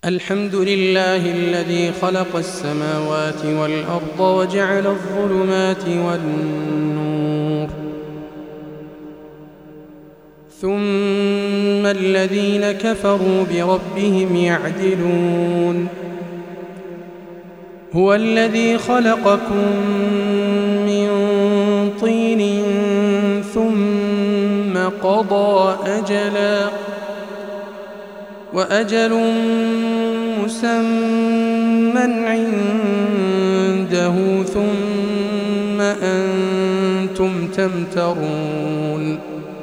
الحمد لله الذي خلق السماوات والأرض وجعل الظلمات والنور ثم الذين كفروا بربهم يعدلون. هو الذي خلقكم من طين ثم قضى أجلا وأجل مسمى عنده ثم أنتم تمترون.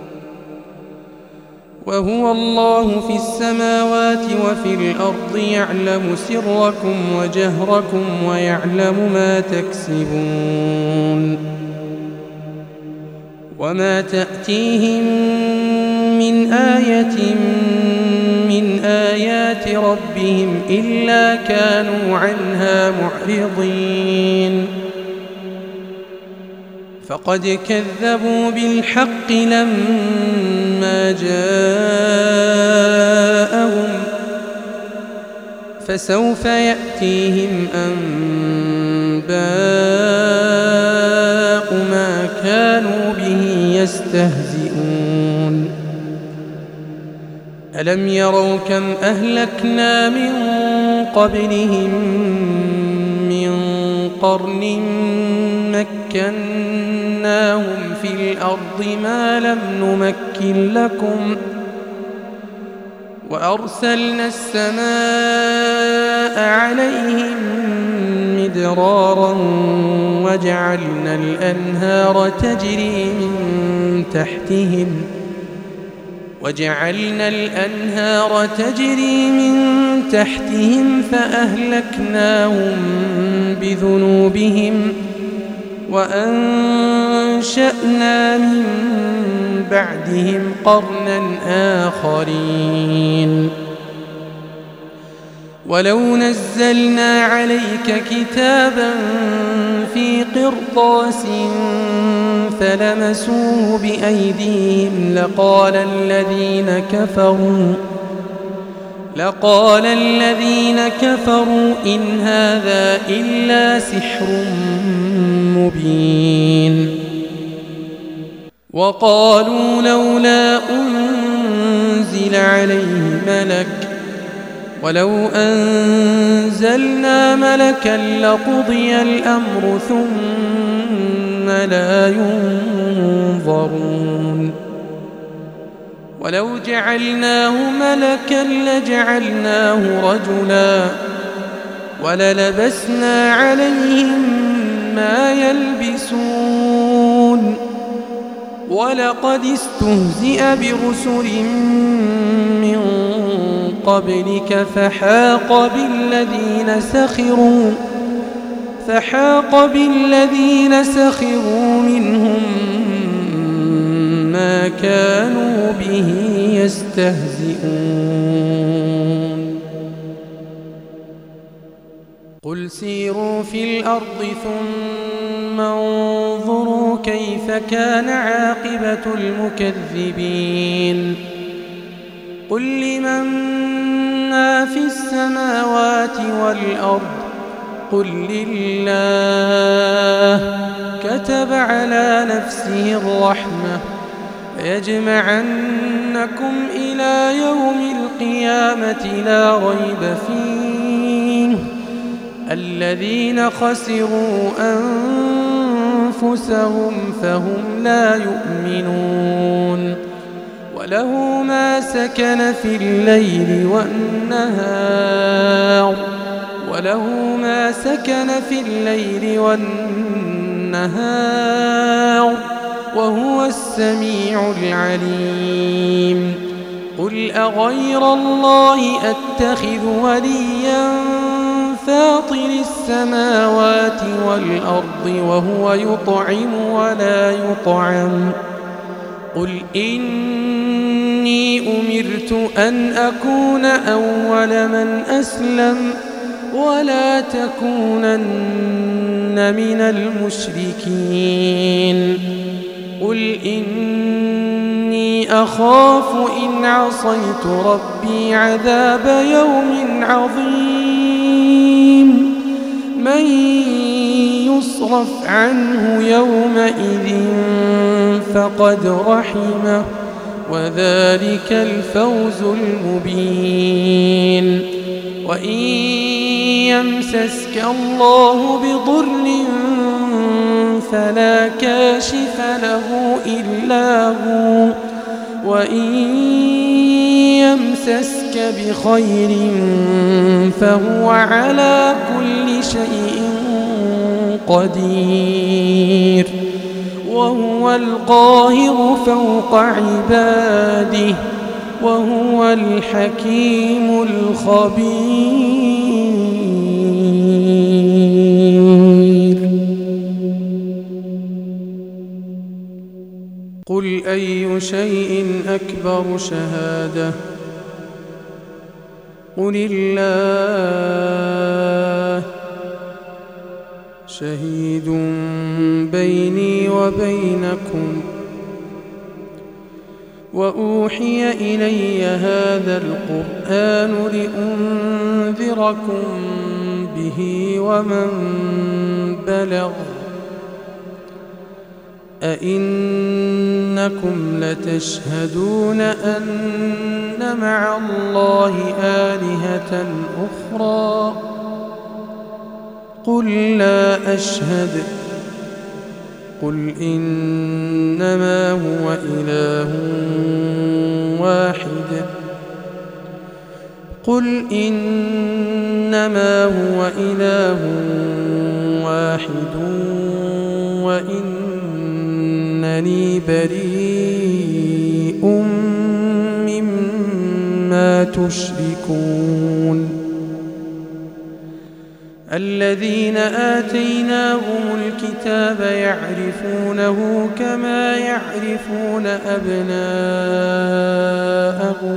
وهو الله في السماوات وفي الأرض يعلم سركم وجهركم ويعلم ما تكسبون. وما تأتيهم من آية من آيات ربهم إلا كانوا عنها معرضين. فقد كذبوا بالحق لما جاءهم فسوف يأتيهم أنباء ما كانوا به يستهزئون. ألم يروا كم أهلكنا من قبلهم من قرن مكناهم في الأرض ما لم نمكن لكم وأرسلنا السماء عليهم مدرارا وجعلنا الأنهار تجري من تحتهم فأهلكناهم بذنوبهم وأنشأنا من بعدهم قرنا آخرين. ولو نزلنا عليك كتابا في قرطاس فلمسوه بأيديهم لقال الذين كفروا إن هذا إلا سحر مبين. وقالوا لولا أنزل عليه ملك ولو أنزلنا ملكا لقضي الأمر ثم لا ينظرون. ولو جعلناه ملكا لجعلناه رجلا وللبسنا عليهم ما يلبسون. ولقد استهزئ برسل من قبلك فحاق بالذين سخروا منهم ما كانوا به يستهزئون. قل سيروا في الأرض ثم انظروا كيف كان عاقبة المكذبين. قل لمن ما في السماوات والأرض قل لله كتب على نفسه الرحمة ليجمعنكم إلى يوم القيامة لا ريب فيه الذين خسروا أنفسهم فهم لا يؤمنون. وله ما سكن في الليل والنهار وهو السميع العليم. قل أغير الله أتخذ وليا فاطر السماوات والأرض وهو يطعم ولا يطعم. قل إني أمرت أن أكون أول من أسلم ولا تكونن من المشركين. قل إني أخاف إن عصيت ربي عذاب يوم عظيم من يصرف عنه يومئذ فقد رحمه وذلك الفوز المبين وإن يمسسك الله بضر فلا كاشف له إلا هو وإن يمسسك بخير فهو على كل شيء قدير وهو القاهر فوق عباده وهو الحكيم الخبير. قل أي شيء أكبر شهادة قل الله شهيد بيني وبينكم وأوحي إلي هذا القرآن لأنذركم به ومن بلغ أئنكم لتشهدون أن مع الله آلهة أخرى قل لا أشهد قل إنما هو إله واحد قل إنما هو إله واحد وإنني بريء مما تشركون. الذين آتيناهم الكتاب يعرفونه كما يعرفون أبناءهم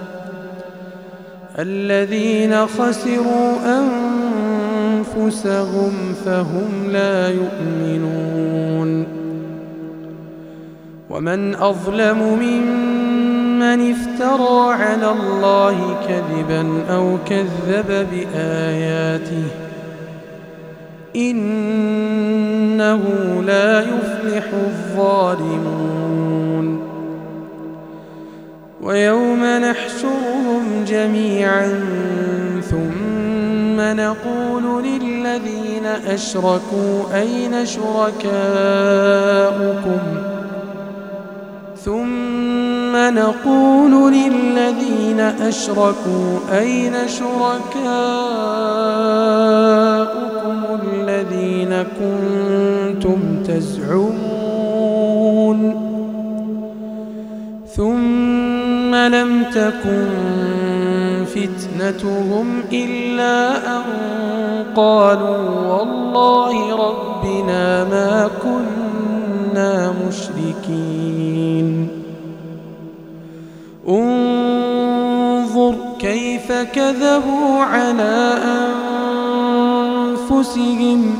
الذين خسروا أنفسهم فهم لا يؤمنون. ومن أظلم ممن افترى على الله كذبا أو كذب بآياته إنه لا يفلح الظالمون. ويوم نحشرهم جميعا ثم نقول للذين أشركوا أين شركاؤكم الذين كنتم تزعمون ثم لم تكن فتنتهم إلا أن قالوا والله ربنا ما كنا مشركين. انظر كيف كذبوا على أنفسهم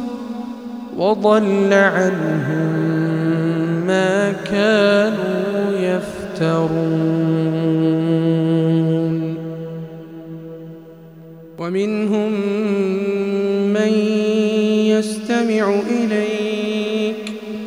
وضل عنهم ما كانوا يفترون. ومنهم من يستمع إليك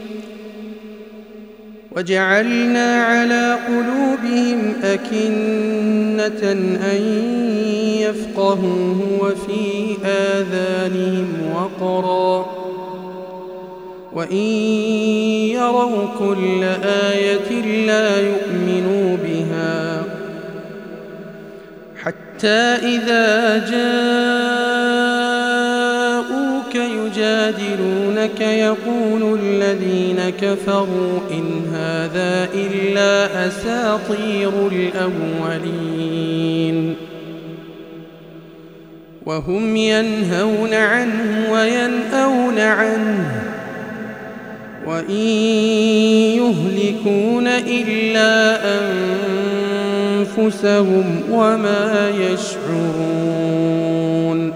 وجعلنا على قلوبهم أكنة أن يفقهوه وفي آذانهم وقرا وإن يروا كل آية لا يؤمنوا بها حتى إذا جاءوك يجادلونك يقول الذين كفروا إن هذا إلا أساطير الأولين وهم ينهون عنه وينأون عنه وإن يهلكون إلا أنفسهم وما يشعرون.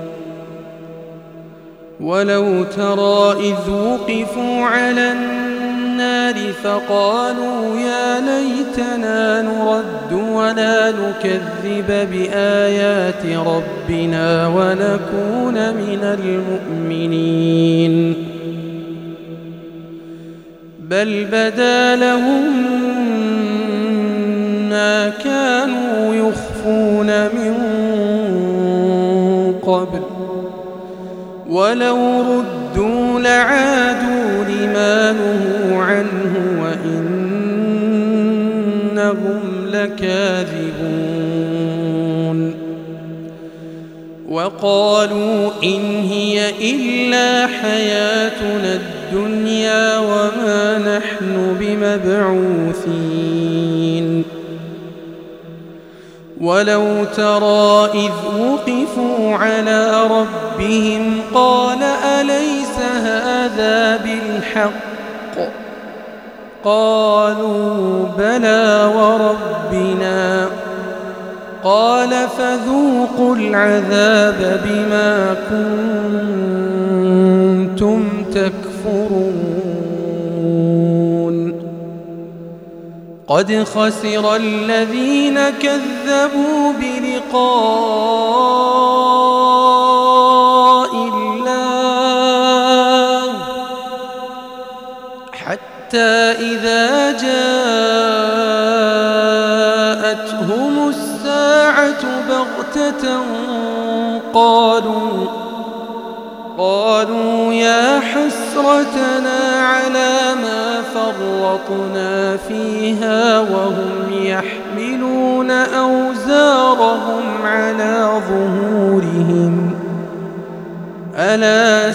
ولو ترى إذ وقفوا على النار فقالوا يا ليتنا نرد ولا نكذب بآيات ربنا ونكون من المؤمنين بل بدا لهم ما كانوا يخفون من قبل ولو ردوا لعادوا لما نهوا عنه وإنهم لكاذبون وقالوا إن هي إلا حياتنا الدنيا وما نحن بمبعوثين ولو ترى إذ وقفوا على ربهم قال أليس هذا بالحق قالوا بلى وربنا قال فذوقوا العذاب بما كنتم تكفرون قد خسر الذين كذبوا بلقاء الله حتى إذا جاءتهم الساعة بغتة قالوا يا حسرتنا على ما فرطنا فيها وهم يحملون أوزارهم على ظهورهم ألا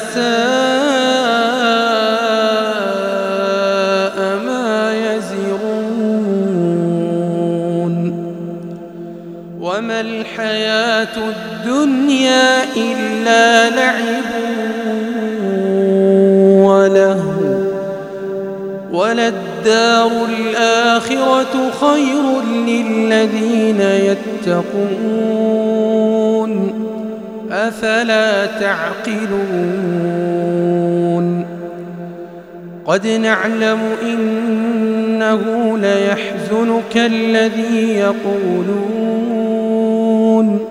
ساء ما يزرون وما الحياة الدنيا إلا لعب ولهو وللدار الآخرة خير للذين يتقون أفلا تعقلون قد نعلم إنه ليحزنك الذي يقولون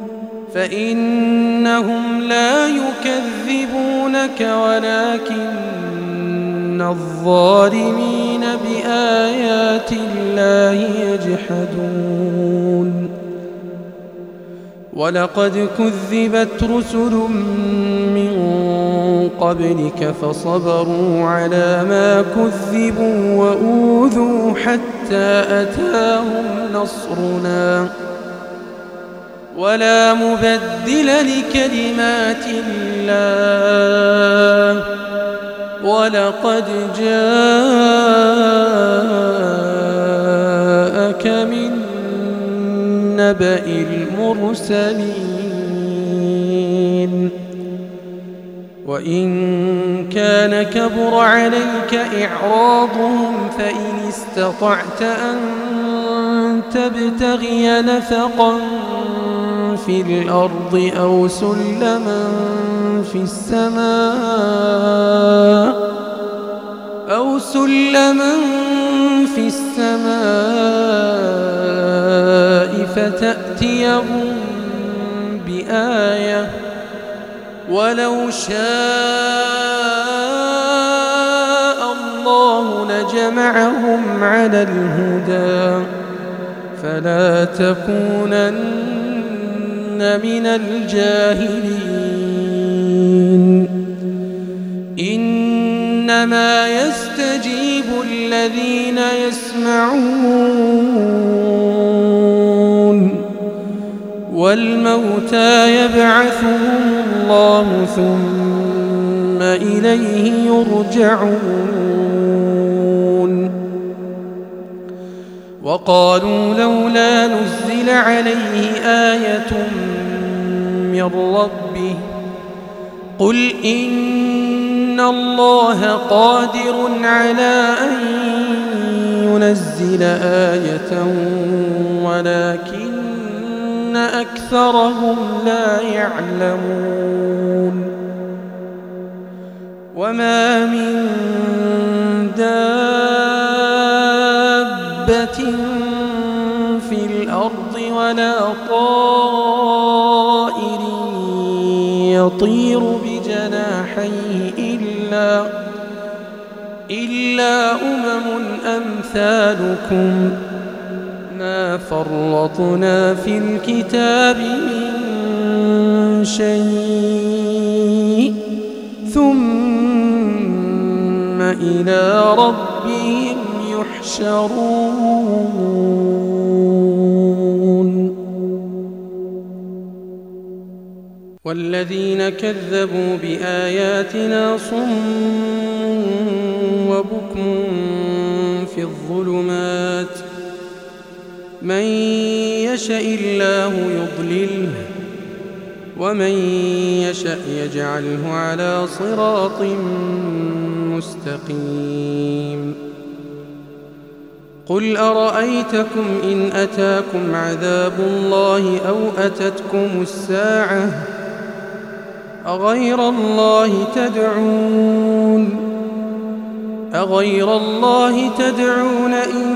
فإنهم لا يكذبونك ولكن الظالمين بآيات الله يجحدون ولقد كذبت رسل من قبلك فصبروا على ما كذبوا وأوذوا حتى أتاهم نصرنا ولا مبدل لكلمات الله ولقد جاءك من نبأ المرسلين وإن كان كبر عليك إعراضهم فإن استطعت أن تبتغي نفقا في الأرض أو سلما في السماء فتأتيهم بآية ولو شاء الله لجمعهم على الهدى فلا تكونن من الجاهلين إنما يستجيب الذين يسمعون والموتى يبعثهم الله ثم إليه يرجعون وقالوا لولا نزل عليه آية من ربه قل إن الله قادر على أن ينزل آية ولكن أكثرهم لا يعلمون وما من دابة ولا طائر يطير بجناحيه إلا أمثالكم ما فرطنا في الكتاب من شيء ثم إلى ربهم يحشرون. والذين كذبوا بآياتنا صم وبكم في الظلمات من يشاء الله يضلله ومن يشاء يجعله على صراط مستقيم. قل أرأيتكم إن أتاكم عذاب الله أو أتتكم الساعة أغير الله تدعون إن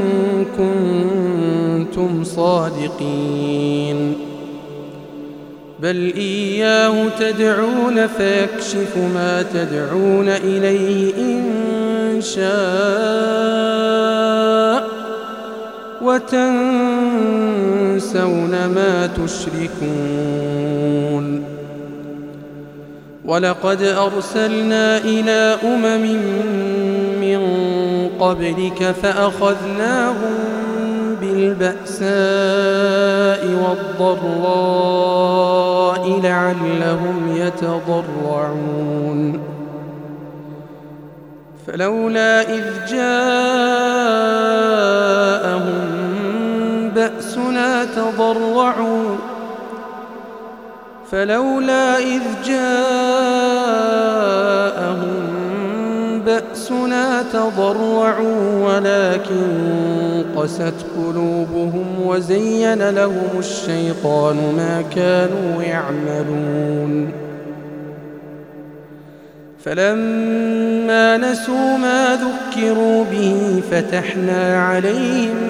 كنتم صادقين بل إياه تدعون فيكشف ما تدعون إليه إن شاء وتنسون ما تشركون. ولقد أرسلنا إلى من قبلك فأخذناهم بالبأساء والضراء لعلهم يتضرعون. فلولا إذ جاءهم بأسنا تضرعوا ولكن قست قلوبهم وزين لهم الشيطان ما كانوا يعملون. فلما نسوا ما ذكروا به فتحنا عليهم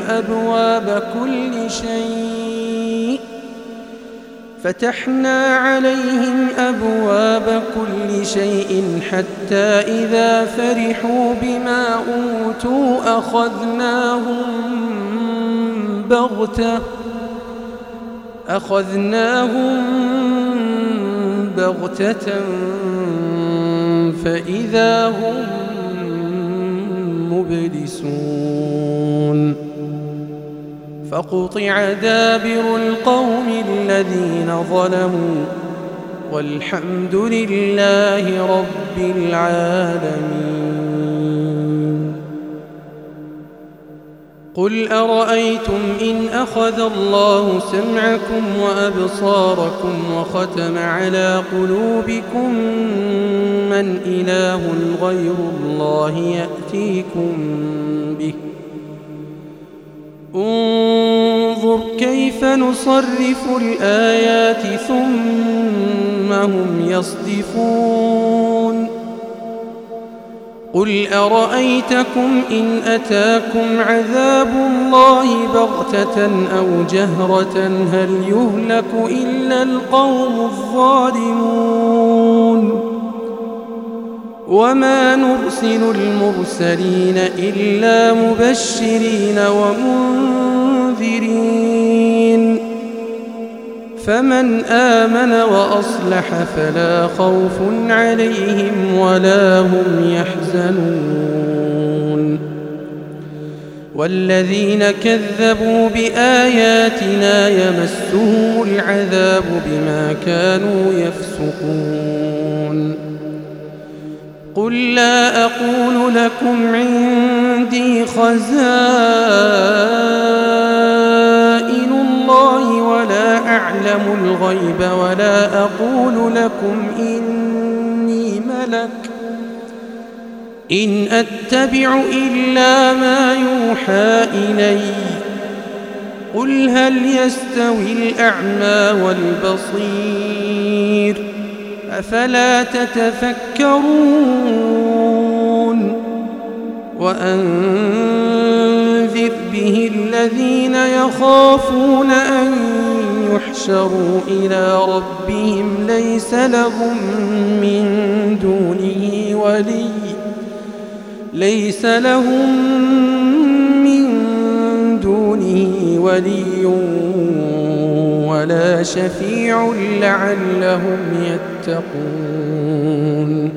أبواب كل شيء حتى إذا فرحوا بما أوتوا أخذناهم بغتة فإذا هم مبلسون. فقطع دابر القوم الذين ظلموا والحمد لله رب العالمين. قل أرأيتم إن أخذ الله سمعكم وأبصاركم وختم على قلوبكم من إله غير الله يأتيكم به انظر كيف نصرف الآيات ثم هم يصدفون. قل أرأيتكم إن أتاكم عذاب الله بغتة أو جهرة هل يهلك إلا القوم الظالمون. وما نرسل المرسلين إلا مبشرين ومنذرين فمن آمن وأصلح فلا خوف عليهم ولا هم يحزنون. والذين كذبوا بآياتنا يمسهم العذاب بما كانوا يفسقون. قل لا أقول لكم عندي خزائن الله ولا أعلم الغيب ولا أقول لكم إني ملك إن أتبع إلا ما يوحى إلي. قل هل يستوي الأعمى والبصير أفلا تتفكرون. وأنذر وأنذر به الذين يخافون أن يحشروا إلى ربهم ليس لهم من دونه ولي ولا شفيع لعلهم يتقون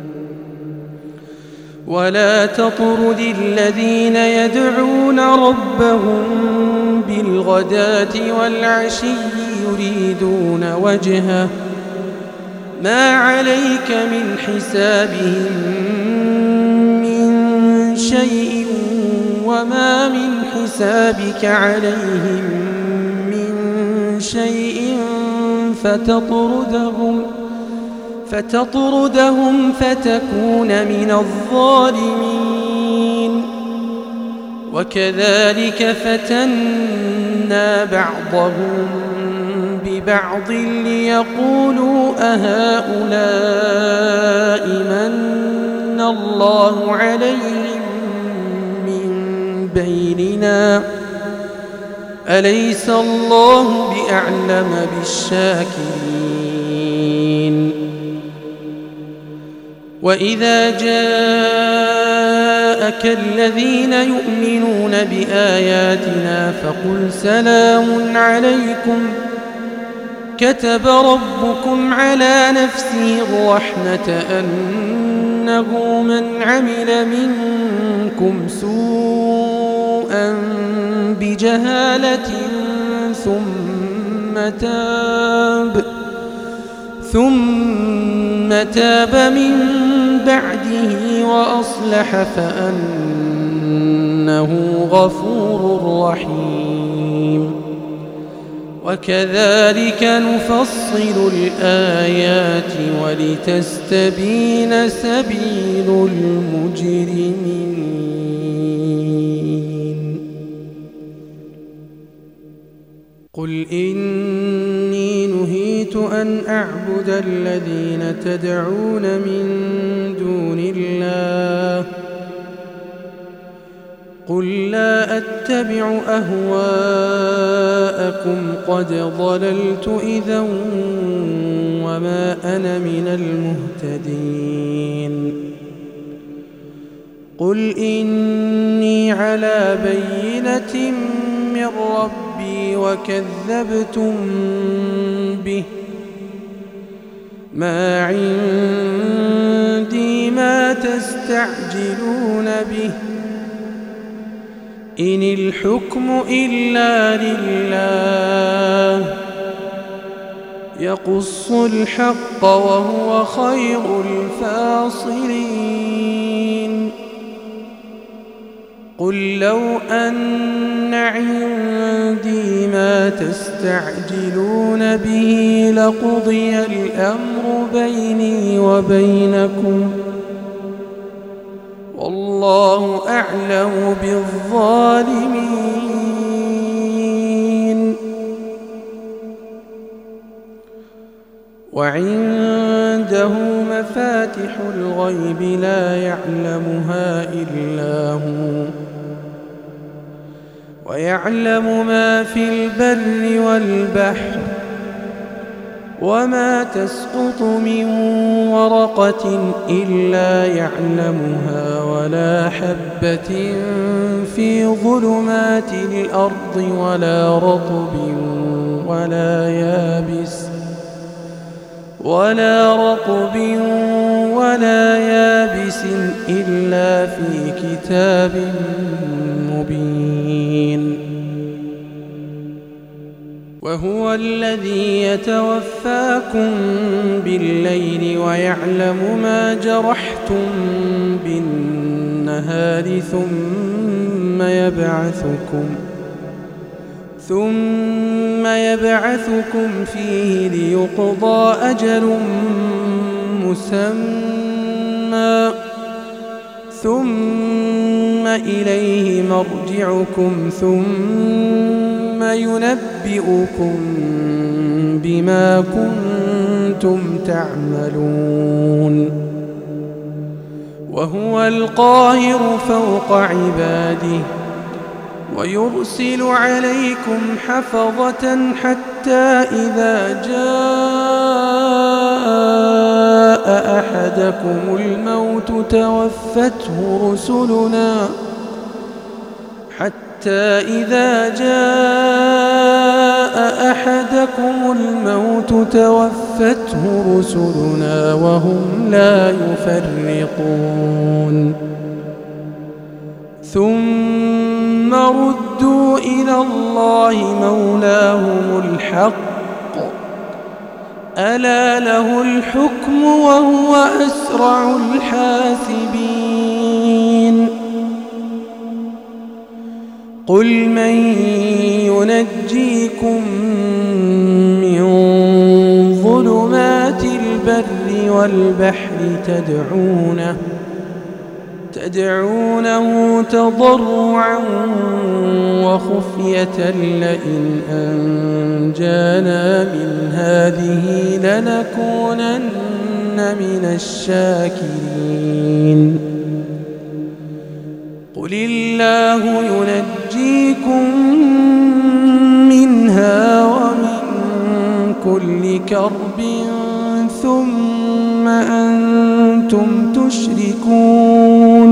ولا تطرد الذين يدعون ربهم بالغداة والعشي يريدون وجهه ما عليك من حسابهم من شيء وما من حسابك عليهم من شيء فتطردهم فتكون من الظالمين وكذلك فتنا بعضهم ببعض ليقولوا أهؤلاء من الله عليهم من بيننا أليس الله بأعلم بالشاكرين وإذا جاءك الذين يؤمنون بآياتنا فقل سلام عليكم كتب ربكم على نفسه الرحمة أنه من عمل منكم سوءا بجهالة ثم تاب من بعده وأصلح فأنه غفور رحيم وكذلك نفصل الآيات ولتستبين سبيل المجرمين قل إني نهيت أن أعبد الذين تدعون من دون الله قل لا أتبع أهواءكم قد ضللت إذا وما أنا من المهتدين قل إني على بينة من ربي وكذبتم به ما عندي ما تستعجلون به إن الحكم إلا لله يقص الحق وهو خير الفاصلين قل لو أن عندي ما تستعجلون به لقضي الأمر بيني وبينكم والله أعلم بالظالمين وعنده مفاتح الغيب لا يعلمها إلا هو ويعلم ما في البر والبحر وما تسقط من ورقة إلا يعلمها ولا حبة في ظلمات الأرض ولا رطب ولا يابس إلا في كتاب مبين وهو الذي يتوفاكم بالليل ويعلم ما جرحتم بالنهار ثم يبعثكم فيه ليقضى أجل مسمى ثم إليه مرجعكم ثم ينبئكم بما كنتم تعملون وهو القاهر فوق عباده ويرسل عليكم حفظة حتى إذا جاء أحدكم الموت توفته رسلنا وهم لا يفرطون ثم ردوا إلى الله مولاهم الحق ألا له الحكم وهو أسرع الحاسبين قل من ينجيكم من ظلمات البر والبحر تدعونه تضرعا وخفية لئن أنجانا من هذه لنكونن من الشاكرين قل الله ينجيكم منها ومن كل كرب ثم أنتم تشركون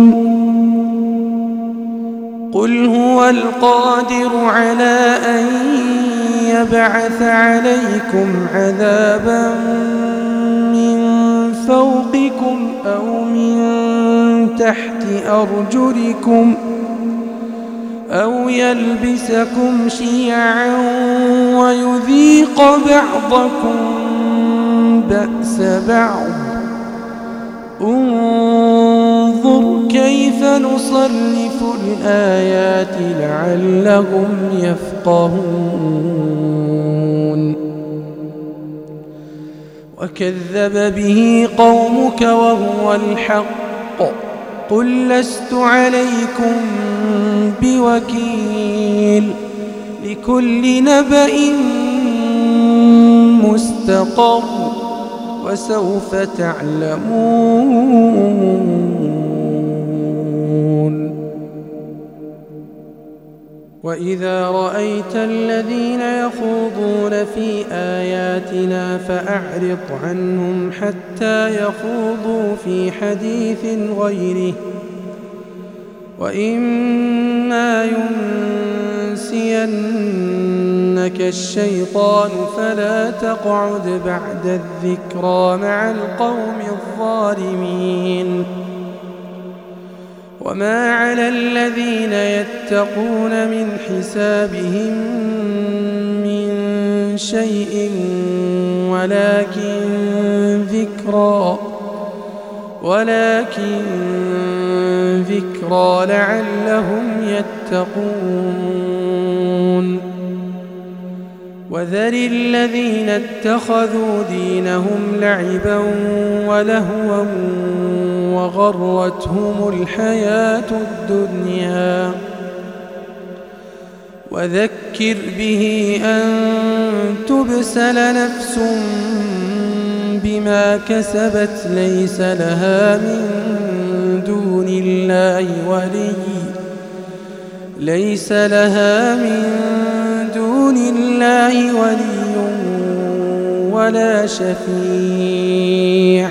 قل هو القادر على أن يبعث عليكم عذابا من فوقكم أو من تحت أرجلكم أو يلبسكم شيعا ويذيق بعضكم بأس بعض انظر كيف نصرف الآيات لعلهم يفقهون وكذب به قومك وهو الحق قل لست عليكم بوكيل لكل نبأ مستقر وسوف تعلمون وإذا رأيت الذين يخوضون في آياتنا فأعرض عنهم حتى يخوضوا في حديث غيره وإما ينسينك الشيطان فلا تقعد بعد الذكرى مع القوم الظالمين وما على الذين يتقون من حسابهم من شيء ولكن ذكرى لعلهم يتقون وذر الذين اتخذوا دينهم لعبا ولهوا وغرتهم الحياة الدنيا وذكر به أن تبسل نفس بما كسبت ليس لها من دون الله ولي ولا شفيع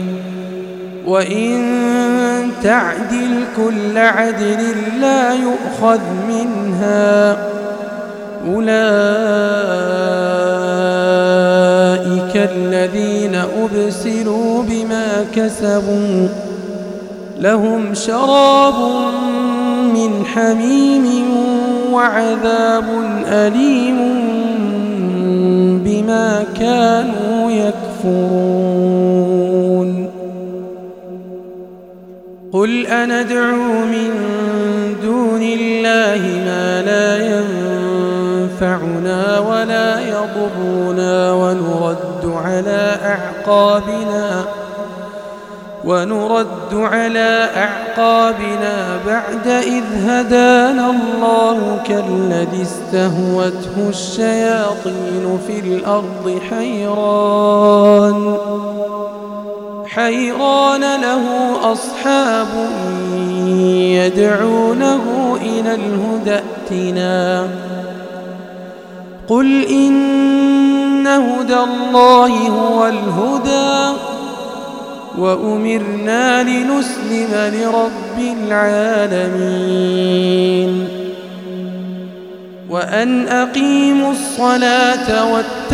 وإن تعدل كل عدل لا يؤخذ منها أولئك الذين أبسلوا بما كسبوا لهم شراب من حميم وعذاب أليم بما كانوا يكفرون قل أندعو من دون الله ما لا ينفعنا ولا يضرنا ونرد على أعقابنا بعد إذ هدانا الله كالذي استهوته الشياطين في الأرض حيران له أصحاب يدعونه إلى الهدى آياتنا قل إن هدى الله هو الهدى وأمرنا لنسلم لرب العالمين وأن أقيموا الصلاة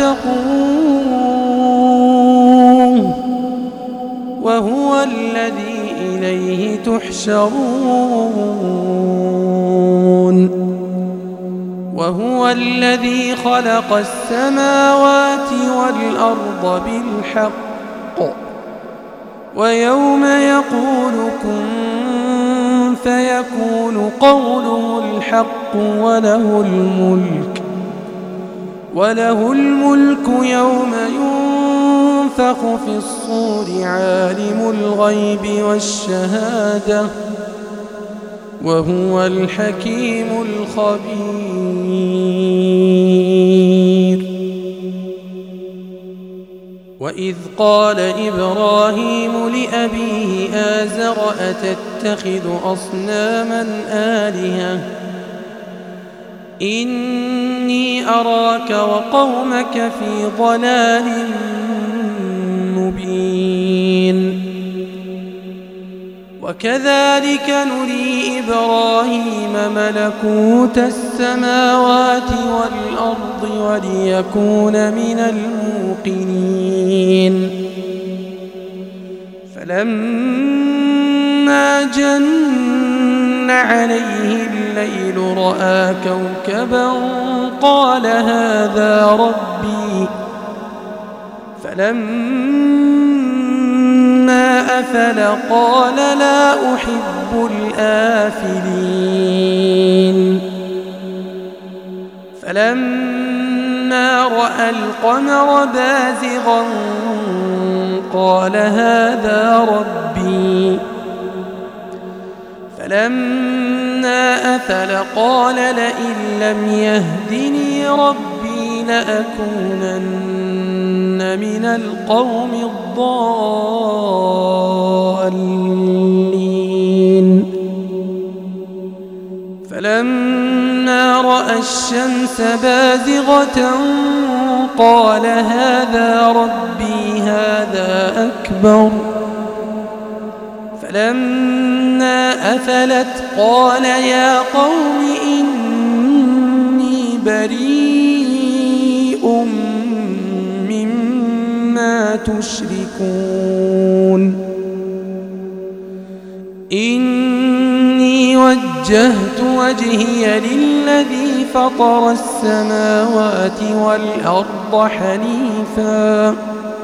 واتقوه وهو الذي إليه تحشرون وهو الذي خلق السماوات والأرض بالحق ويوم يقول كن فيكون قوله الحق وله الملك يوم ينفخ في الصور عالم الغيب والشهادة وهو الحكيم الخبير وإذ قال إبراهيم لأبيه آزر أتتخذ أصناما آلهة إني أراك وقومك في ضلال مبين وكذلك نري إبراهيم ملكوت السماوات والأرض وليكون من الموقنين فلما جن عليه الليل رأى كوكبا قال هذا ربي فلما أفل قال لا أحب الآفلين فلما رأى القمر بازغا قال هذا ربي فلما أفل قال لئن لم يهدني ربي لأكونن من القوم الضالين فلما رأى الشمس بازغة قال هذا ربي هذا أكبر فلما أفلت قال يا قوم إني بريء مما تشركون إني وجهت وجهي للذي فطر السماوات والأرض حنيفا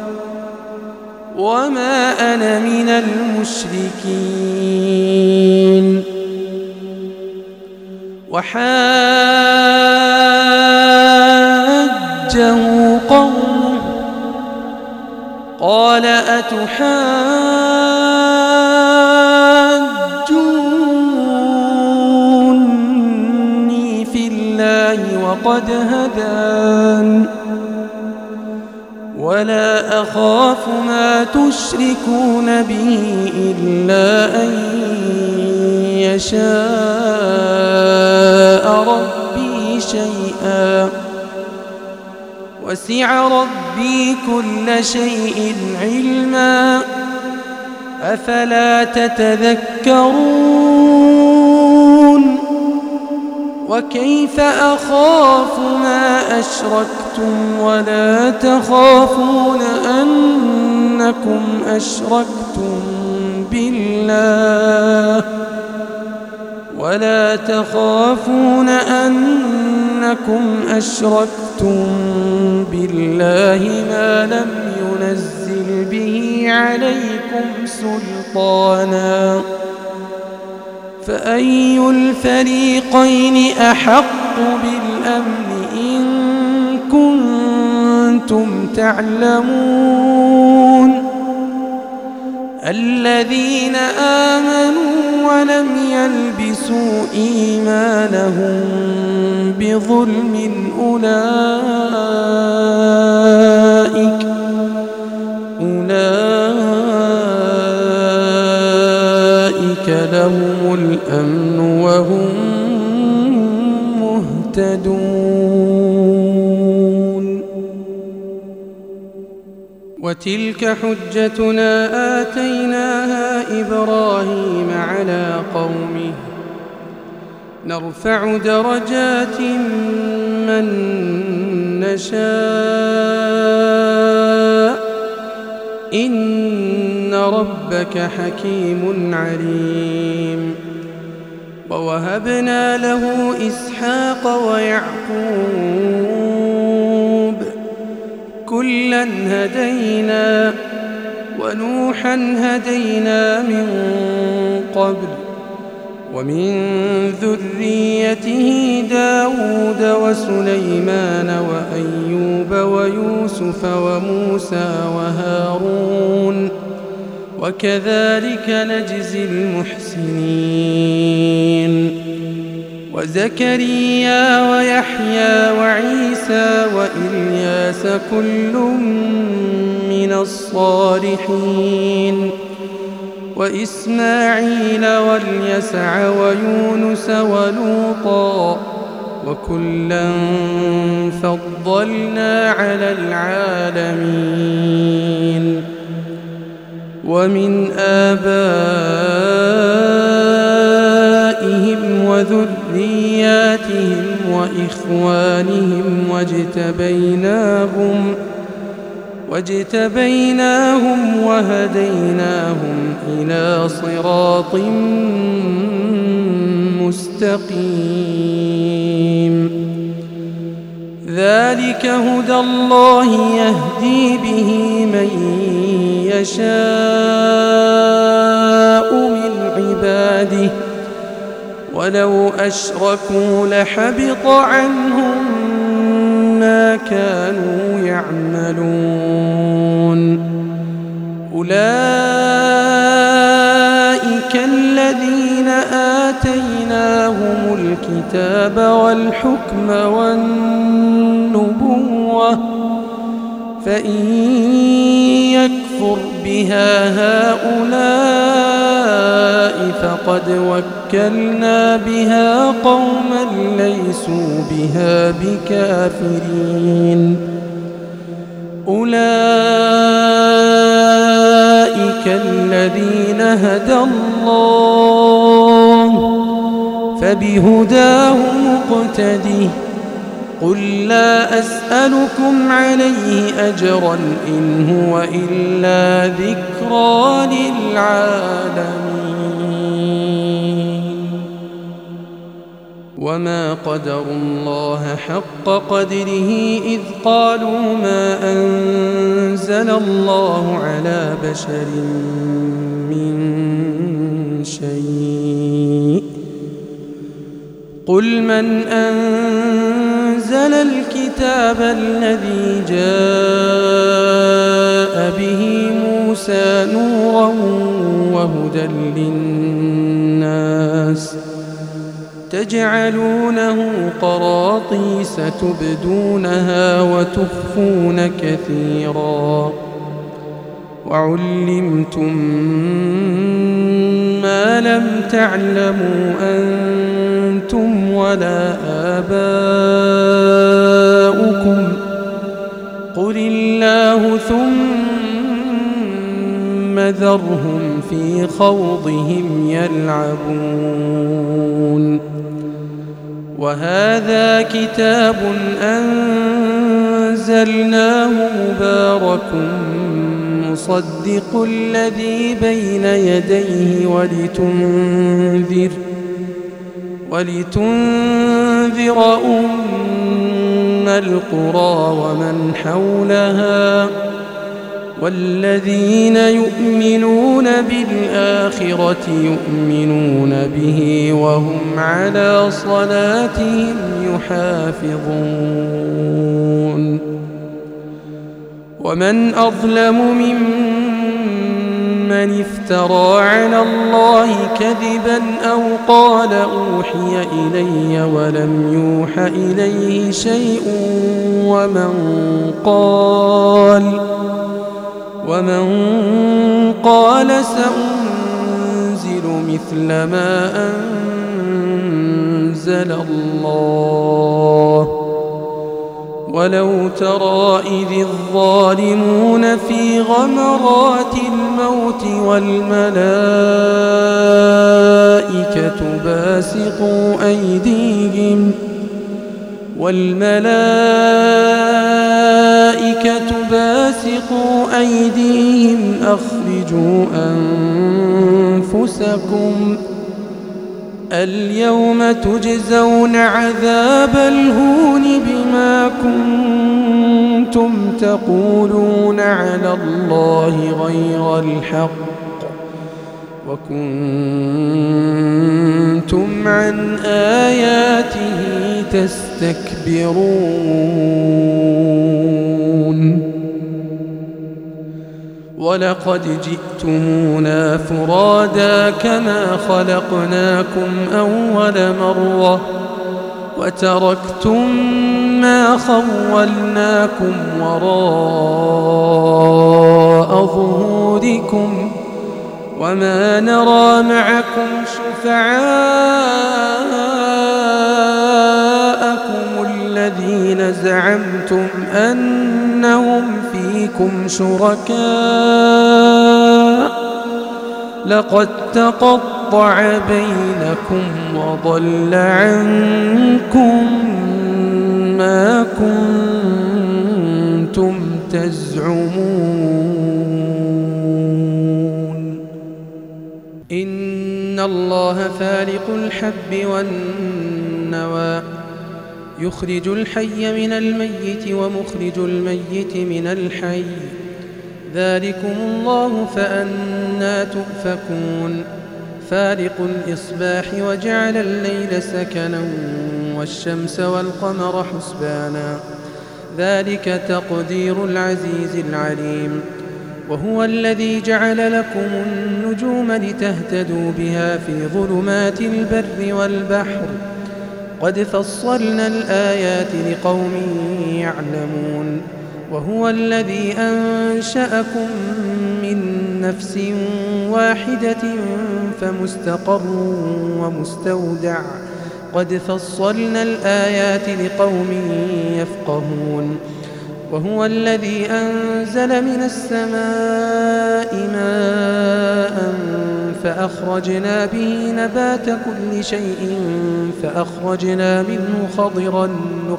وما أنا من المشركين وحاجه قومه قال أتحاجوني في الله وقد هدان ولا أخاف ما تشركون به إلا أن يشاء ربي شيئا وسع ربي كل شيء علما أفلا تتذكرون وكيف أخاف ما أشركتم ولا تخافون أنكم أشركتم بالله ما لم ينزل به عليكم سلطانا فأي الفريقين أحق بالأمن إن كنتم تعلمون الذين آمنوا ولم يلبسوا إيمانهم بظلم أولئك لهم الأمن وهم مهتدون. وتلك حجتنا آتيناها إبراهيم على قومه نرفع درجات من نشاء إن ربك حكيم عليم. ووهبنا له إسحاق ويعقوب كلا هدينا ونوحا هدينا من قبل ومن ذريته داود وسليمان وأيوب ويوسف وموسى وهارون وكذلك نجزي المحسنين. وزكريا ويحيى وعيسى وإلياس كل من الصالحين وإسماعيل واليسع ويونس ولوطا وكلا فضلنا على العالمين. ومن آبائهم وذرياتهم وإخوانهم واجتبيناهم وهديناهم إلى صراط مستقيم. ذلك هدى الله يهدي به من يشاء من عباده ولو أشركوا لحبط عنهم ما كانوا يعملون. أولئك الذين آتيناهم الكتاب والحكم والنبوة فإن يكفر بها هؤلاء فقد وكلنا بها قوما ليسوا بها بكافرين. أولئك الذين هدى الله فبهداه مقتده. قل لا أسألكم عليه أجرا إن هو إلا ذكرى للعالمين. وما قدروا الله حق قدره إذ قالوا ما أنزل الله على بشر من شيء. قل من أنزل الكتاب الذي جاء به موسى نورا وهدى للناس تجعلونه قراطيس تبدونها وتخفون كثيرا وعلمتم ما لم تعلموا أنتم ولا آباؤكم قل الله ثم ذرهم في خوضهم يلعبون. وهذا كتاب أنزلناه مبارك مصدق الذي بين يديه ولتنذر أم القرى ومن حولها والذين يؤمنون بالآخرة يؤمنون به وهم على صلاتهم يحافظون. ومن أظلم ممن افترى على الله كذبا أو قال أوحي إلي ولم يوح إليه شيء ومن قال سأنزل مثل ما أنزل أنزل الله. ولو ترى إذ الظالمون في غمرات الموت والملائكة باسطوا أيديهم أخرجوا أنفسكم اليوم تجزون عذاب الهون بما كنتم تقولون على الله غير الحق وكنتم عن آياته تستكبرون. ولقد جئتمونا فرادا كما خلقناكم أول مرة وتركتم ما خولناكم وراء ظهوركم وما نرى معكم شفعاءكم الذين زعمتم أنهم فيكم شركاء لقد تقطع بينكم وضل عنكم ما كنتم تزعمون. إن الله فالق الحب والنوى يخرج الحي من الميت ومخرج الميت من الحي ذلكم الله فأنى تؤفكون. فالق الإصباح وجعل الليل سكنا والشمس والقمر حسبانا ذلك تقدير العزيز العليم. وهو الذي جعل لكم النجوم لتهتدوا بها في ظلمات البر والبحر قد فصلنا الآيات لقوم يعلمون. وهو الذي أنشأكم من نفس واحدة فمستقر ومستودع قد فصلنا الآيات لقوم يفقهون. وهو الذي أنزل من السماء ماء فأخرجنا به نبات كل شيء فأخرجنا منه خضرا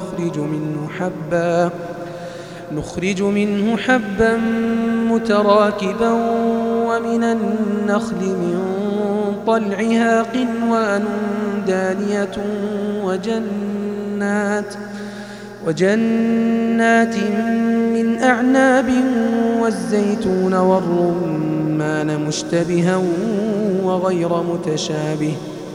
نخرج منه حبا متراكبا ومن النخل من طلعها قنوان دانية وجنات من أعناب والزيتون والرمان مشتبها وغير متشابه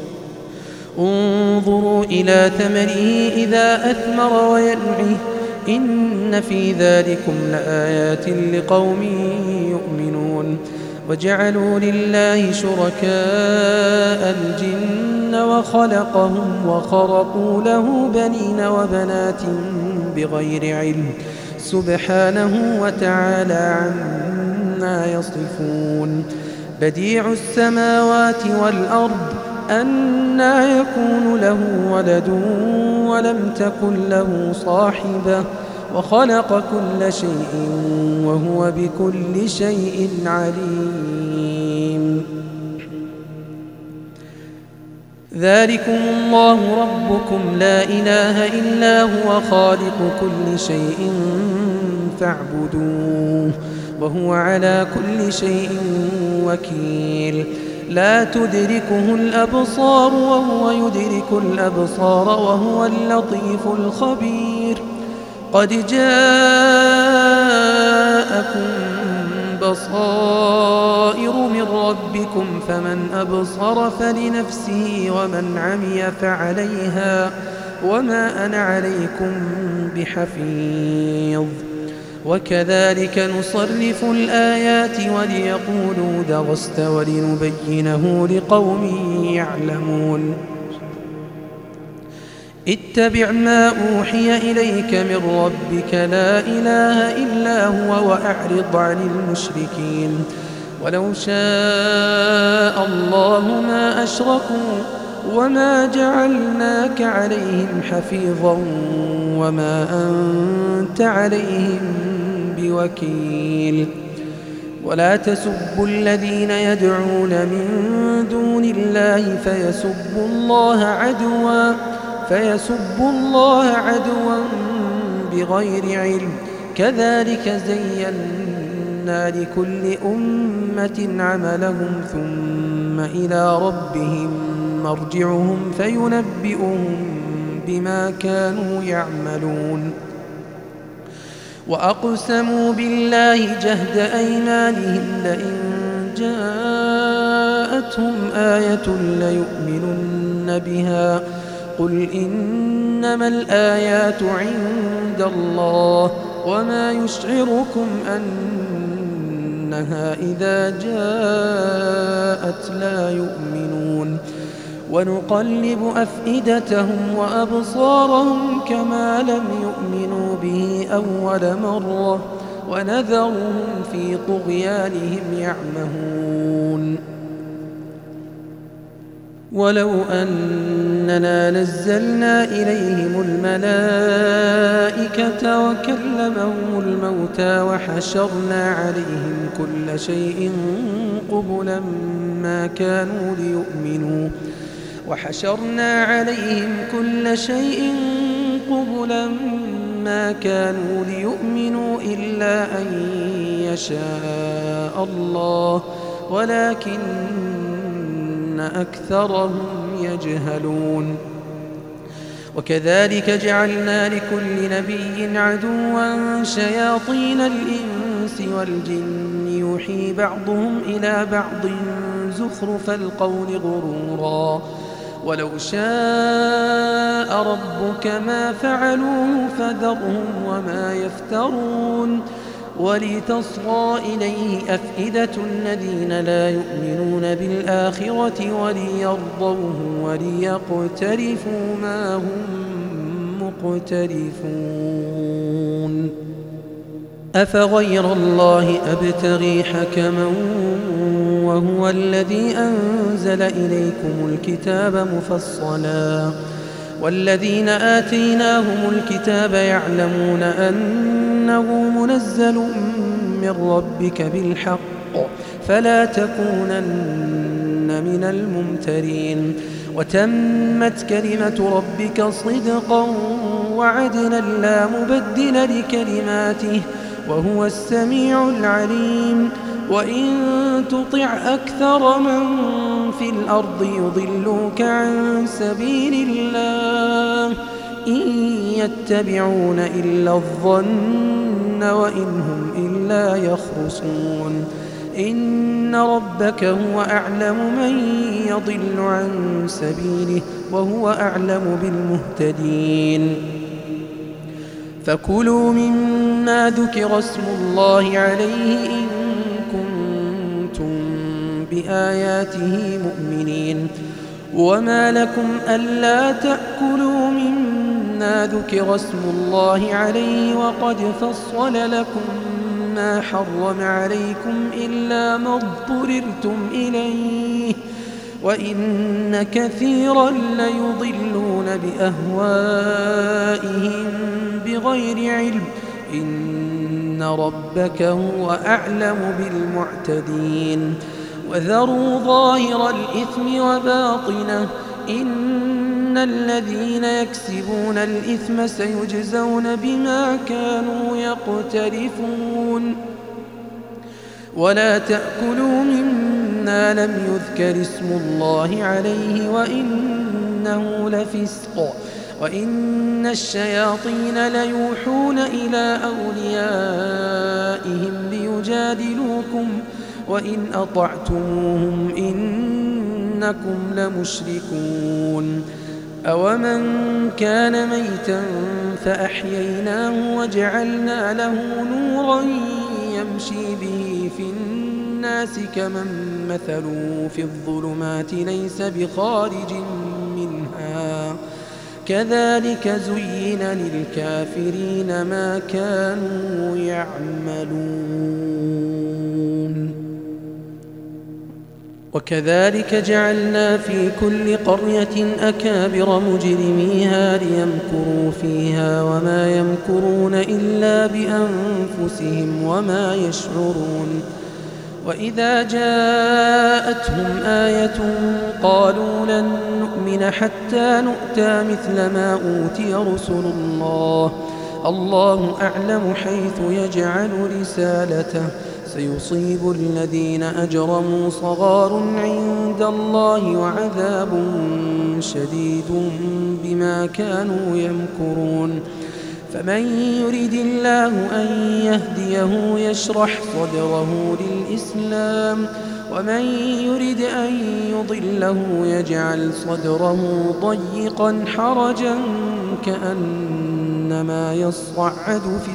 انظروا إلى ثمره إذا أثمر وينعه إن في ذلكم لآيات لقوم يؤمنون. وجعلوا لله شركاء الجن وخلقهم وخرقوا له بنين وبنات بغير علم سبحانه وتعالى عما يصفون. بديع السماوات والأرض أنى يكون له ولد ولم تكن له صاحبة وخلق كل شيء وهو بكل شيء عليم. ذلكم الله ربكم لا إله إلا هو خالق كل شيء فاعبدوه وهو على كل شيء وكيل. لا تدركه الأبصار وهو يدرك الأبصار وهو اللطيف الخبير. قد جاءكم بصائر من ربكم فمن أبصر فلنفسه ومن عمي فعليها وما أنا عليكم بحفيظ. وكذلك نصرف الآيات وليقولوا درست ولنبينه لقوم يعلمون. اتبع ما أوحي إليك من ربك لا إله إلا هو وأعرض عن المشركين. ولو شاء الله ما أشركوا وما جعلناك عليهم حفيظا وما أنت عليهم بوكيل ولا تسبوا الذين يدعون من دون الله فيسبوا الله عدوا بغير علم كذلك زينا لكل أمة عملهم ثم إلى ربهم مرجعهم فينبئهم بما كانوا يعملون وأقسموا بالله جهد أيمانهم لئن جاءتهم آية ليؤمنن بها قل إنما الآيات عند الله وما يشعركم أنها إذا جاءت لا يؤمنون ونقلب أفئدتهم وأبصارهم كما لم يؤمنوا به أول مرة ونذرهم في طغيانهم يعمهون ولو أننا نزلنا إليهم الملائكة وكلمهم الموتى وحشرنا عليهم كل شيء قبلا ما كانوا ليؤمنوا إلا أن يشاء الله ولكن أكثرهم يجهلون وكذلك جعلنا لكل نبي عدوا شياطين الإنس والجن يوحي بعضهم إلى بعض زخرف القول غرورا ولو شاء ربك ما فعلوه فذرهم وما يفترون ولتصغى إليه أفئدة الذين لا يؤمنون بالآخرة وليرضوه وليقترفوا ما هم مقترفون أفغير الله أبتغي حكما وهو الذي أنزل إليكم الكتاب مفصلا والذين آتيناهم الكتاب يعلمون أنه منزل من ربك بالحق فلا تكونن من الممترين وتمت كلمة ربك صدقا وعدلا لا مبدل لكلماته وهو السميع العليم وإن تطع أكثر من في الأرض يضلوك عن سبيل الله إن يتبعون إلا الظن وإن هم إلا يخرصون إن ربك هو أعلم من يضل عن سبيله وهو أعلم بالمهتدين فكلوا مما ذكر اسم الله عليه إن كنتم بآياته مؤمنين وما لكم ألا تأكلوا مما ذكر اسم الله عليه وقد فصل لكم ما حرم عليكم إلا ما اضطررتم إليه وإن كثيرا ليضلون بأهوائهم بغير علم إن ربك هو أعلم بالمعتدين وذروا ظاهر الإثم وباطنه إن الذين يكسبون الإثم سيجزون بما كانوا يقترفون ولا تأكلوا مما لم يذكر اسم الله عليه وإنه لفسق وإن الشياطين ليوحون إلى أوليائهم ليجادلوكم وإن أطعتموهم إنكم لمشركون أومن كان ميتا فأحييناه وجعلنا له نورا يمشي به في الناس كمن مثله في الظلمات ليس بخارج منها كذلك زين للكافرين ما كانوا يعملون وكذلك جعلنا في كل قرية أكابر مجرميها ليمكروا فيها وما يمكرون إلا بأنفسهم وما يشعرون وإذا جاءتهم آية قالوا لن نؤمن حتى نؤتى مثل ما أوتي رسل الله أعلم حيث يجعل رسالته سيصيب الذين أجرموا صغار عند الله وعذاب شديد بما كانوا يمكرون فمن يرد الله أن يهديه يشرح صدره للإسلام ومن يرد أن يضله يجعل صدره ضيقا حرجا كأنما يصعد في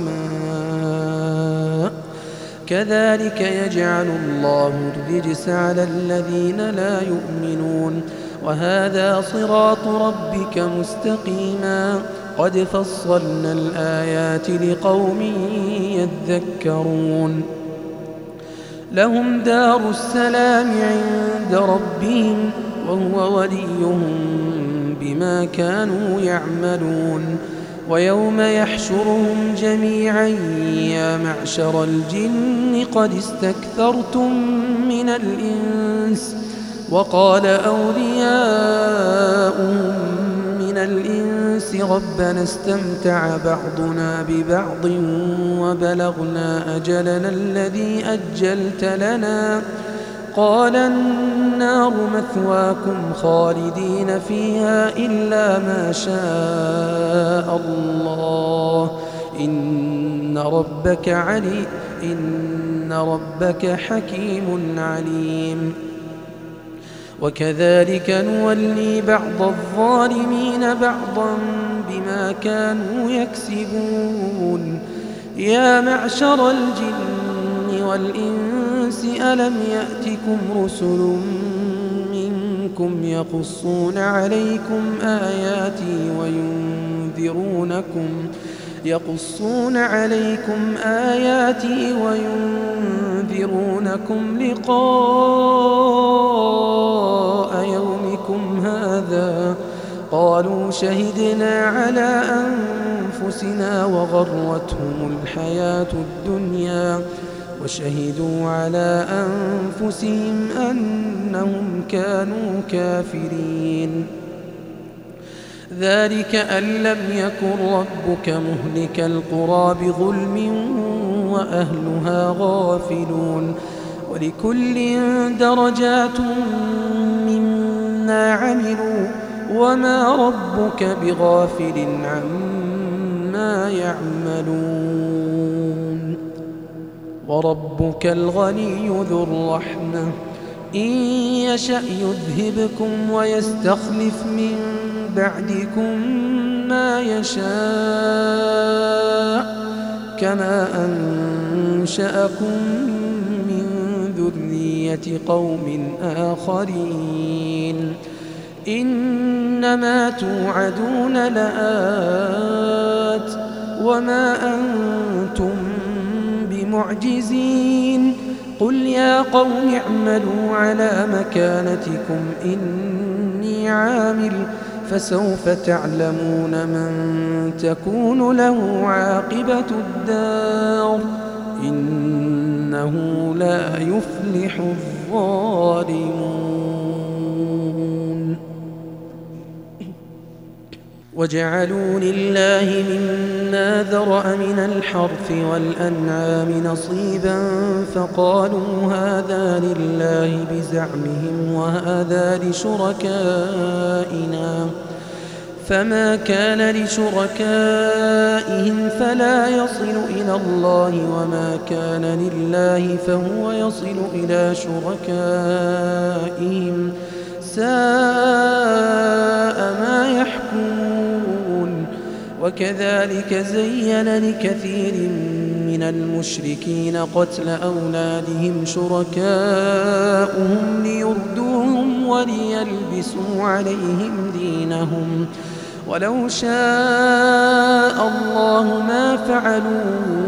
السماء كذلك يجعل الله الرجس على الذين لا يؤمنون وهذا صراط ربك مستقيما قد فصلنا الآيات لقوم يذكرون لهم دار السلام عند ربهم وهو وليهم بما كانوا يعملون ويوم يحشرهم جميعا يا معشر الجن قد استكثرتم من الإنس وقال أولياؤهم من الإنس ربنا استمتع بعضنا ببعض وبلغنا أجلنا الذي أجلت لنا قال النار مثواكم خالدين فيها إلا ما شاء الله إن ربك حكيم عليم وكذلك نولي بعض الظالمين بعضا بما كانوا يكسبون يا معشر الجن والإنس ألم يأتكم رسل منكم يقصون عليكم آياتي وينذرونكم لقاء يومكم هذا قالوا شهدنا على أنفسنا وغرتهم الحياة الدنيا وشهدوا على أنفسهم أنهم كانوا كافرين ذلك أن لم يكن ربك مهلك القرى بظلم وأهلها غافلون ولكل درجات مما عملوا وما ربك بغافل عما يعملون وربك الغني ذو الرحمة إن يشأ يذهبكم ويستخلف من بعدكم ما يشاء كما أنشأكم من ذرية قوم آخرين إنما توعدون لآت وما أنتم بمعجزين قل يا قوم اعملوا على مكانتكم إني عامل فسوف تعلمون من تكون له عاقبة الدار إنه لا يفلح الظالمون وجعلوا لله مما ذرأ من الحرث والأنعام نصيبا فقالوا هذا لله بزعمهم وهذا لشركائنا فما كان لشركائهم فلا يصل إلى الله وما كان لله فهو يصل إلى شركائهم ساء ما يحكمون وكذلك زين لكثير من المشركين قتل أولادهم شركاؤهم ليردوهم وليلبسوا عليهم دينهم ولو شاء الله ما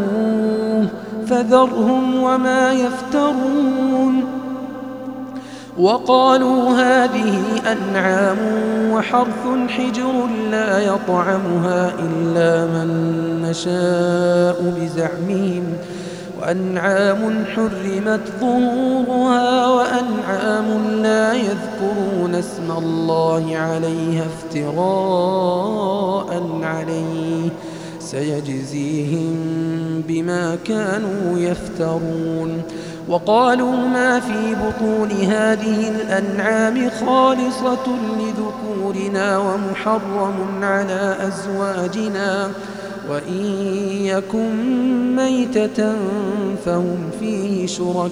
فعلوه فذرهم وما يفترون وقالوا هذه أنعام وحرث حجر لا يطعمها إلا من نشاء بزعمهم وأنعام حرمت ظهورها وأنعام لا يذكرون اسم الله عليها افتراء عليه سيجزيهم بما كانوا يفترون. وقالوا ما في بطون هذه الأنعام خالصة لذكورنا ومحرم على أزواجنا وإن يكن ميتة فهم فيه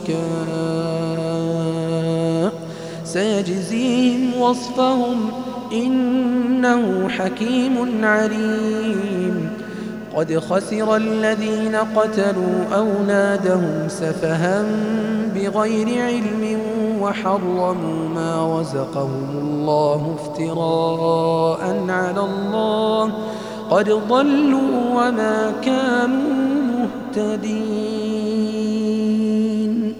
شركاء سيجزيهم وصفهم إنه حكيم عليم. قد خسر الذين قتلوا أولادهم سفها بغير علم وحرموا ما رزقهم الله افتراء على الله قد ضلوا وما كانوا مهتدين.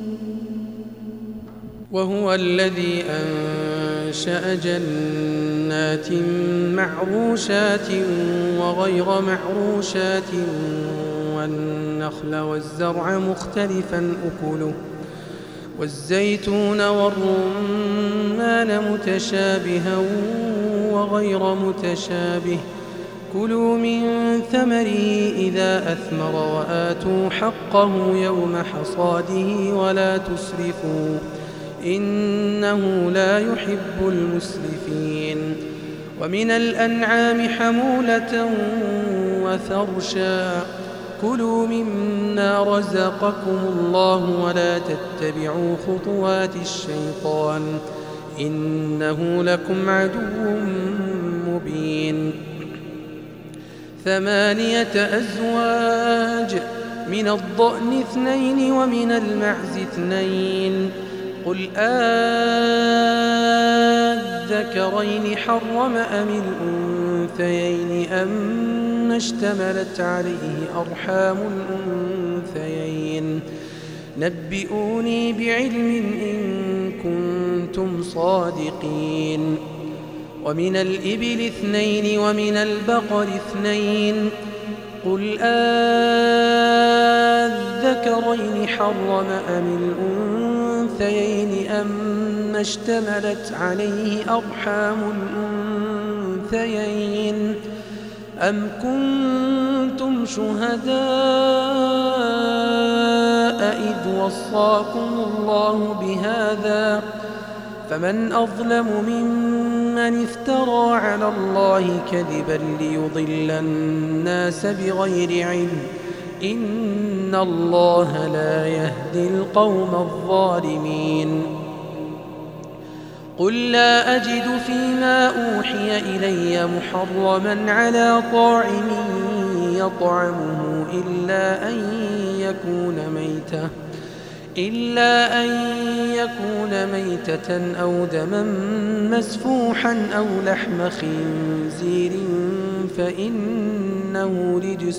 وهو الذي أنشأ جنات معروشات وغير معروشات والنخل والزرع مختلفا أكله والزيتون والرمان متشابها وغير متشابه كلوا من ثمره إذا أثمر وآتوا حقه يوم حصاده ولا تسرفوا إنه لا يحب المسرفين. ومن الأنعام حمولة وفرشا كلوا مما رزقكم الله ولا تتبعوا خطوات الشيطان إنه لكم عدو مبين. 8 أزواج من الضأن 2 ومن المعز 2 قل أذكرين حرم أم الأنثيين أم اشتملت عليه أرحام الأنثيين نبئوني بعلم إن كنتم صادقين. ومن الإبل 2 ومن البقر 2 قل أذكرين حرم أم الأنثيين أم اشتملت عليه أرحام الأنثيين أم كنتم شهداء إذ وصاكم الله بهذا فمن أظلم ممن افترى على الله كذبا ليضل الناس بغير علم إن الله لا يهدي القوم الظالمين. قل لا أجد فيما أوحي إلي محرما على طاعم يطعمه إلا أن يكون ميتة أو دما مسفوحا أو لحم خنزير فإنه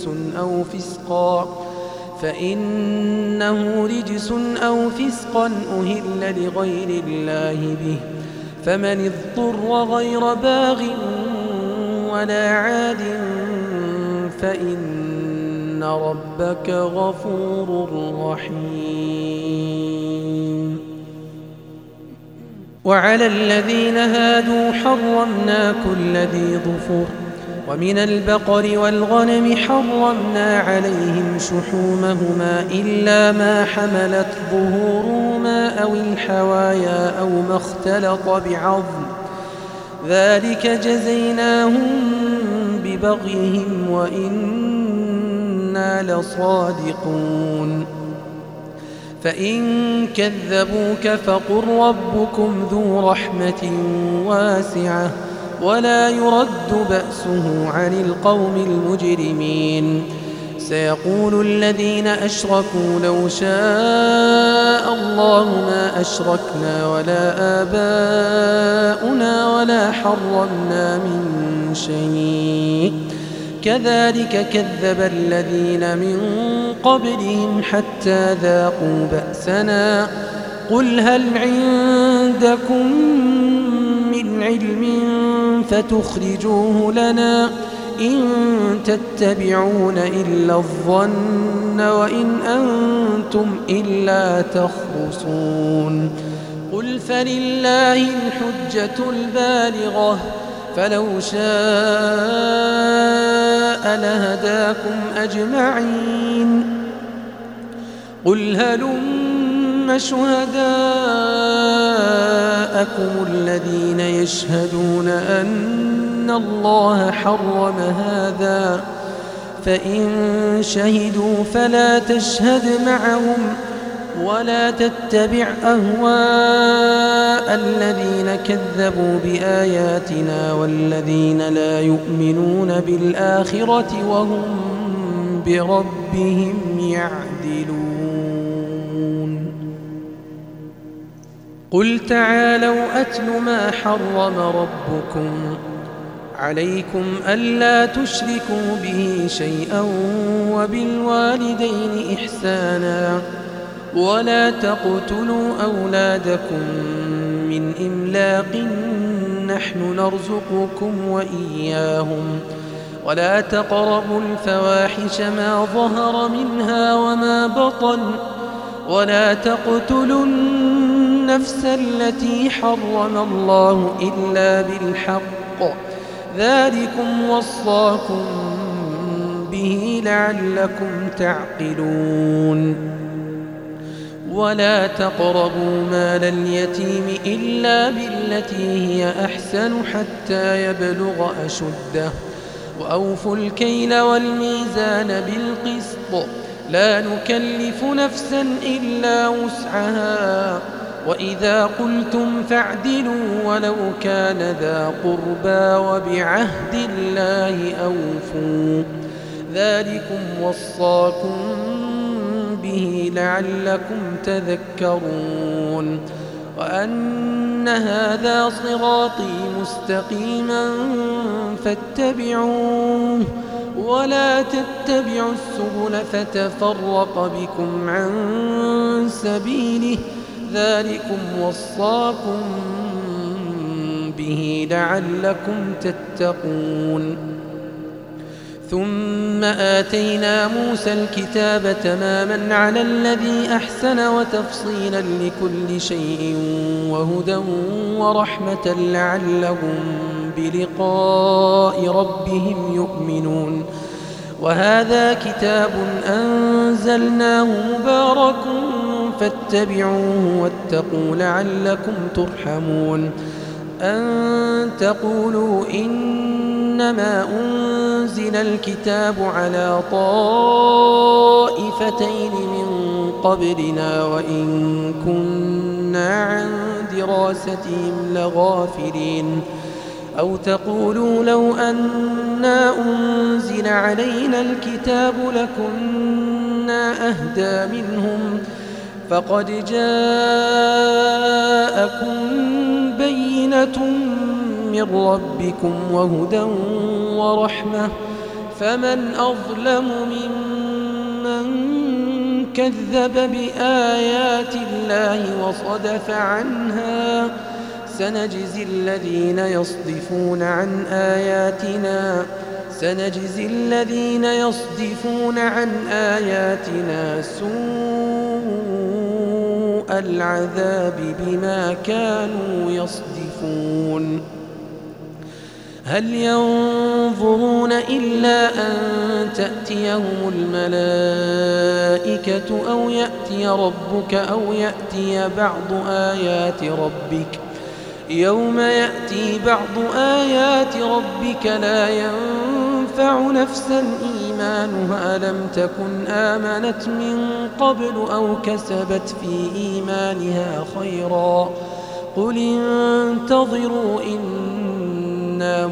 رجس أو فسقا أهل لغير الله به فمن اضطر غير باغ ولا عاد فإن ربك غفور رحيم. وعلى الذين هادوا حرمنا كل ذي ظفر ومن البقر والغنم حرمنا عليهم شحومهما إلا ما حملت ظهورهما أو الحوايا أو ما اختلط بعظم ذلك جزيناهم ببغيهم وإنا لصادقون. فإن كذبوك فقل ربكم ذو رحمة واسعة ولا يرد بأسه عن القوم المجرمين. سيقول الذين أشركوا لو شاء الله ما أشركنا ولا آباؤنا ولا حرمنا من شيء كذلك كذب الذين من قبلهم حتى ذاقوا بأسنا قل هل عندكم عندكم من علم فتخرجوه لنا إن تتبعون إلا الظن وإن أنتم إلا تخرصون قل فلله الحجة البالغة فلو شاء لهداكم أجمعين قل هلم شهداءكم الذين يشهدون أن الله حرم هذا فإن شهدوا فلا تشهد معهم ولا تتبع أهواء الذين كذبوا بآياتنا والذين لا يؤمنون بالآخرة وهم بربهم يعدلون قل تعالوا أتل ما حرم ربكم عليكم ألا تشركوا به شيئا وبالوالدين إحسانا ولا تقتلوا أولادكم من إملاق نحن نرزقكم وإياهم ولا تقربوا الفواحش ما ظهر منها وما بطن ولا تقتلوا النفس التي حرم الله إلا بالحق ذلكم وصاكم به لعلكم تعقلون ولا تقربوا مال اليتيم إلا بالتي هي أحسن حتى يبلغ أشده وأوفوا الكيل والميزان بالقسط لا نكلف نفسا إلا وسعها وإذا قلتم فاعدلوا ولو كان ذا قربى وبعهد الله أوفوا ذلكم وصاكم به لعلكم تذكرون وأن هذا صراطي مستقيما فاتبعوه ولا تتبعوا السبل فتفرق بكم عن سبيله ذلكم وصاكم به لعلكم تتقون ثم آتينا موسى الكتاب تماما على الذي أحسن وتفصيلا لكل شيء وهدى ورحمة لعلهم بلقاء ربهم يؤمنون وهذا كتاب أنزلناه مبارك فاتبعوه واتقوا لعلكم ترحمون أن تقولوا إنما أنزل الكتاب على طائفتين من قبلنا وإن كنا عن دراستهم لغافلين أو تقولوا لو أنا أنزل علينا الكتاب لكنا أهدى منهم فقد جاءكم بينة من ربكم وهدى ورحمة فمن أظلم ممن كذب بآيات الله وصدف عنها سنجزي الذين يصدفون عن آياتنا سوء العذاب بما كانوا يصدفون هل ينظرون إلا أن تأتيهم الملائكة أو يأتي ربك أو يأتي بعض آيات ربك يوم يأتي بعض آيات ربك لا ينفع نفسا إيمانها لم تكن آمنت من قبل أو كسبت في إيمانها خيرا قل انتظروا إنا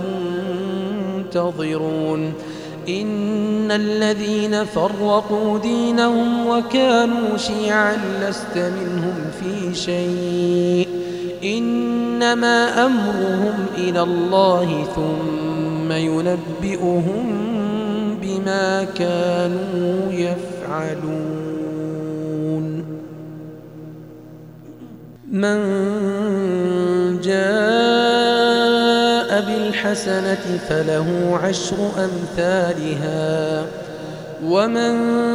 منتظرون إن الذين فرقوا دينهم وكانوا شيعا لست منهم في شيء إنما أمرهم إلى الله ثم ينبئهم بما كانوا يفعلون من جاء بالحسنة فله 10 أمثالها ومن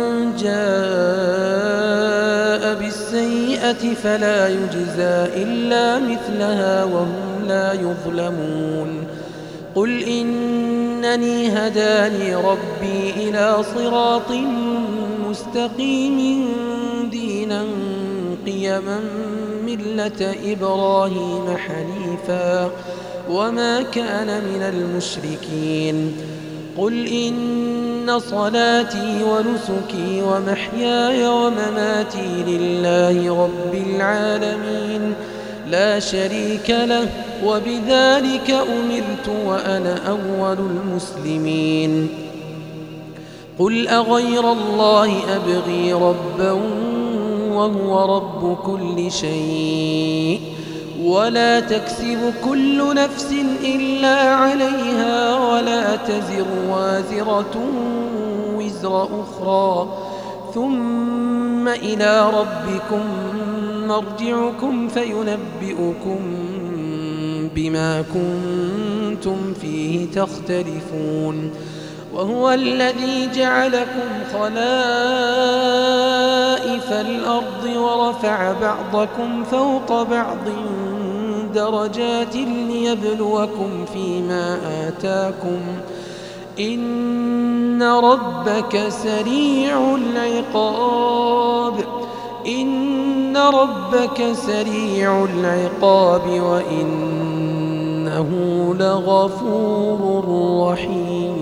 جاء بالسيئة فلا يجزى إلا مثلها وهم لا يظلمون قل إنني هداني ربي إلى صراط مستقيم دينا قيما ملة إبراهيم حنيفا وما كان من المشركين قل إن صلاتي ونسكي ومحياي ومماتي لله رب العالمين لا شريك له وبذلك أمرت وأنا أول المسلمين قل أغير الله أبغي ربا وهو رب كل شيء ولا تكسب كل نفس إلا عليها ولا تزر وازرة وزر أخرى ثم إلى ربكم مرجعكم فينبئكم بما كنتم فيه تختلفون وهو الذي جعلكم خلائف الأرض ورفع بعضكم فوق بعض درجات ليبلوكم فيما آتاكم إن ربك سريع العقاب وإنه لغفور رحيم